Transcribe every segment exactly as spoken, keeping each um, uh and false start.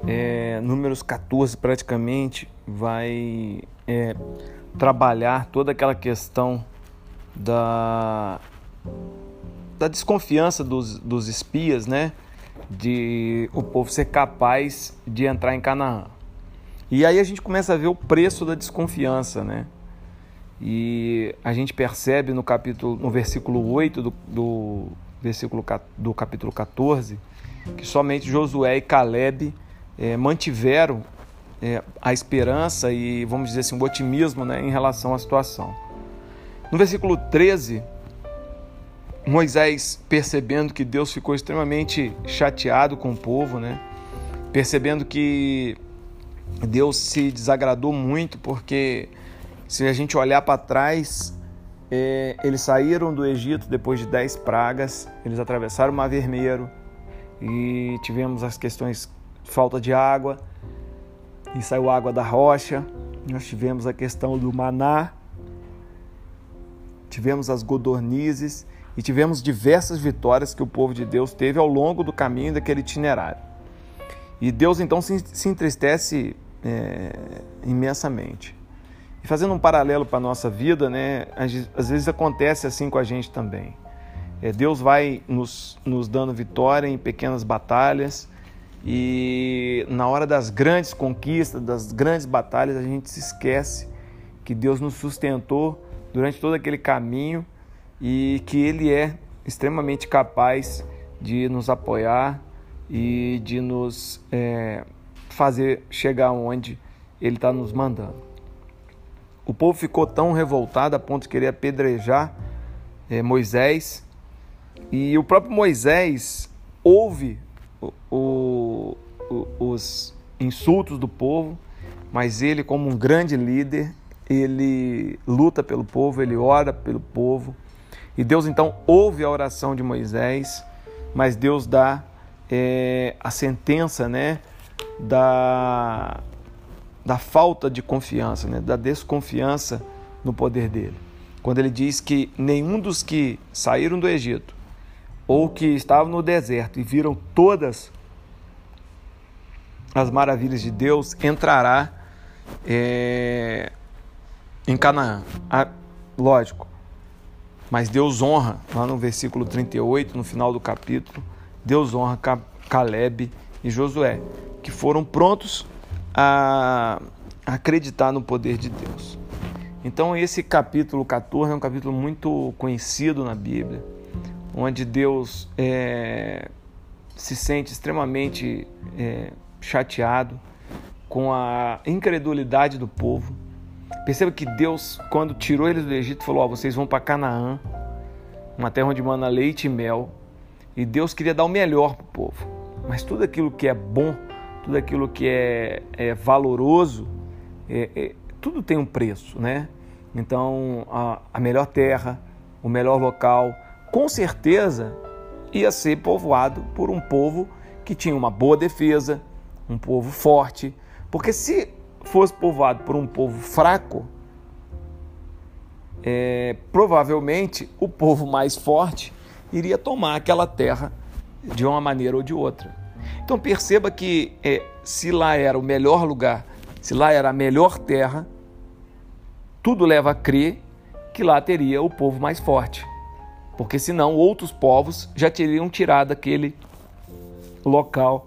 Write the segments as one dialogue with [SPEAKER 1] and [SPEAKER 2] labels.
[SPEAKER 1] É, Números catorze praticamente vai é, trabalhar toda aquela questão da, da desconfiança dos, dos espias, né? De o povo ser capaz de entrar em Canaã. E aí a gente começa a ver o preço da desconfiança, né? E a gente percebe no capítulo, no versículo oito do, do, versículo, do capítulo catorze, que somente Josué e Caleb é, mantiveram é, a esperança e, vamos dizer assim, o otimismo, né, em relação à situação. No versículo treze, Moisés, percebendo que Deus ficou extremamente chateado com o povo, né, percebendo que Deus se desagradou muito, porque se a gente olhar para trás, é, eles saíram do Egito depois de dez pragas, eles atravessaram o Mar Vermelho e tivemos as questões de falta de água, e saiu água da rocha, nós tivemos a questão do maná, tivemos as codornizes e tivemos diversas vitórias que o povo de Deus teve ao longo do caminho daquele itinerário. E Deus então se, se entristece é, imensamente. E fazendo um paralelo para a nossa vida, né, às vezes acontece assim com a gente também. É, Deus vai nos, nos dando vitória em pequenas batalhas e na hora das grandes conquistas, das grandes batalhas, a gente se esquece que Deus nos sustentou durante todo aquele caminho e que Ele é extremamente capaz de nos apoiar e de nos é, fazer chegar onde Ele está nos mandando. O povo ficou tão revoltado a ponto de querer apedrejar é, Moisés, e o próprio Moisés ouve o, o, o, os insultos do povo, mas ele, como um grande líder, ele luta pelo povo, ele ora pelo povo, e Deus então ouve a oração de Moisés, mas Deus dá é, a sentença, né, da... da falta de confiança, né? Da desconfiança no poder dele. Quando ele diz que nenhum dos que saíram do Egito ou que estavam no deserto e viram todas as maravilhas de Deus entrará é, em Canaã. Ah, lógico, mas Deus honra, lá no versículo trinta e oito, no final do capítulo, Deus honra Caleb e Josué, que foram prontos a acreditar no poder de Deus. Então esse capítulo catorze é um capítulo muito conhecido na Bíblia, onde Deus é, se sente extremamente é, chateado com a incredulidade do povo. Perceba que Deus, quando tirou eles do Egito, falou: ó, vocês vão para Canaã, uma terra onde mana leite e mel, e Deus queria dar o melhor para o povo, mas tudo aquilo que é bom, tudo aquilo que é, é valoroso, é, é, tudo tem um preço, né? Então, a, a melhor terra, o melhor local, com certeza ia ser povoado por um povo que tinha uma boa defesa, um povo forte, porque se fosse povoado por um povo fraco, é, provavelmente o povo mais forte iria tomar aquela terra de uma maneira ou de outra. Então perceba que é, se lá era o melhor lugar, se lá era a melhor terra, tudo leva a crer que lá teria o povo mais forte, porque senão outros povos já teriam tirado aquele local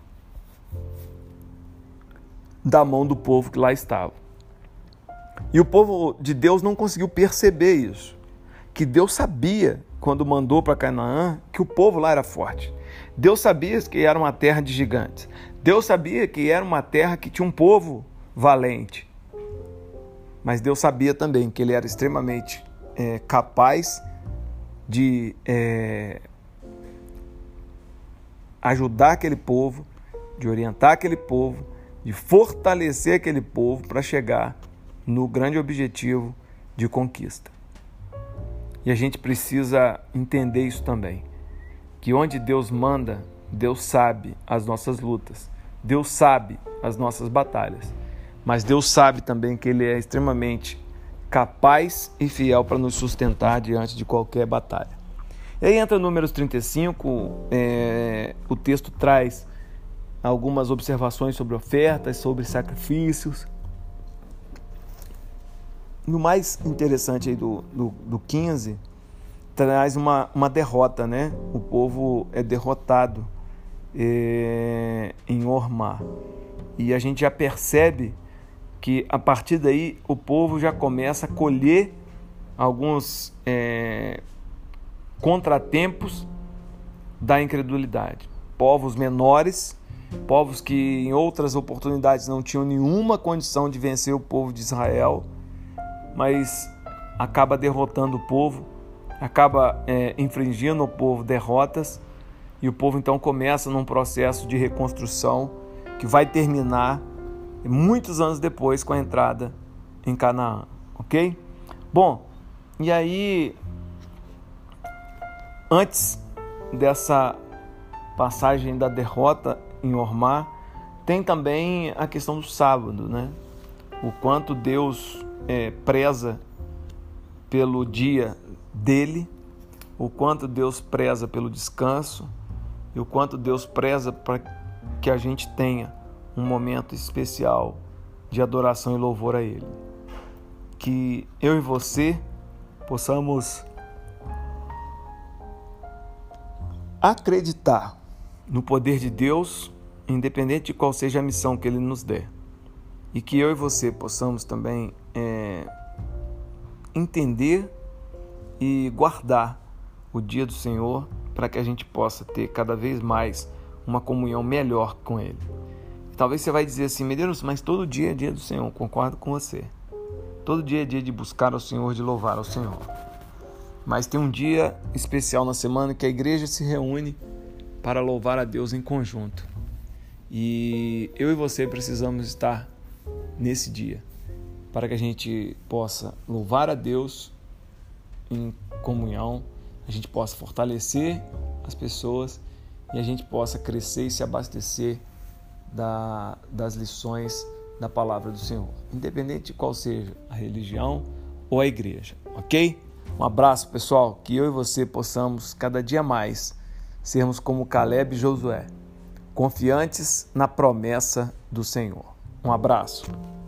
[SPEAKER 1] da mão do povo que lá estava. E o povo de Deus não conseguiu perceber isso, que Deus sabia, quando mandou para Canaã, que o povo lá era forte. Deus sabia que era uma terra de gigantes. Deus sabia que era uma terra que tinha um povo valente. Mas Deus sabia também que ele era extremamente é, capaz de é, ajudar aquele povo, de orientar aquele povo, de fortalecer aquele povo para chegar no grande objetivo de conquista. E a gente precisa entender isso também, que onde Deus manda, Deus sabe as nossas lutas, Deus sabe as nossas batalhas, mas Deus sabe também que Ele é extremamente capaz e fiel para nos sustentar diante de qualquer batalha. E aí entra Números trinta e cinco, é, o texto traz algumas observações sobre ofertas, sobre sacrifícios. No mais interessante aí do, do, do quinze, traz uma, uma derrota, né? O povo é derrotado é, em Hormá. E a gente já percebe que a partir daí o povo já começa a colher alguns é, contratempos da incredulidade. Povos menores, povos que em outras oportunidades não tinham nenhuma condição de vencer o povo de Israel, mas acaba derrotando o povo, acaba é, infringindo o povo derrotas, e o povo então começa num processo de reconstrução que vai terminar muitos anos depois com a entrada em Canaã, ok? Bom, e aí, antes dessa passagem da derrota em Hormá, tem também a questão do sábado, né? O quanto Deus é, preza pelo dia dele, o quanto Deus preza pelo descanso e o quanto Deus preza para que a gente tenha um momento especial de adoração e louvor a Ele. Que eu e você possamos acreditar no poder de Deus, independente de qual seja a missão que Ele nos der. E que eu e você possamos também é, entender e guardar o dia do Senhor para que a gente possa ter cada vez mais uma comunhão melhor com Ele. E talvez você vai dizer assim, Medeiros, mas todo dia é dia do Senhor. Concordo com você. Todo dia é dia de buscar ao Senhor, de louvar ao Senhor. Mas tem um dia especial na semana que a igreja se reúne para louvar a Deus em conjunto. E eu e você precisamos estar nesse dia para que a gente possa louvar a Deus em comunhão, a gente possa fortalecer as pessoas e a gente possa crescer e se abastecer da, das lições da palavra do Senhor, independente de qual seja a religião ou a igreja, ok? Um abraço, pessoal, que eu e você possamos cada dia mais sermos como Caleb e Josué, confiantes na promessa do Senhor. Um abraço.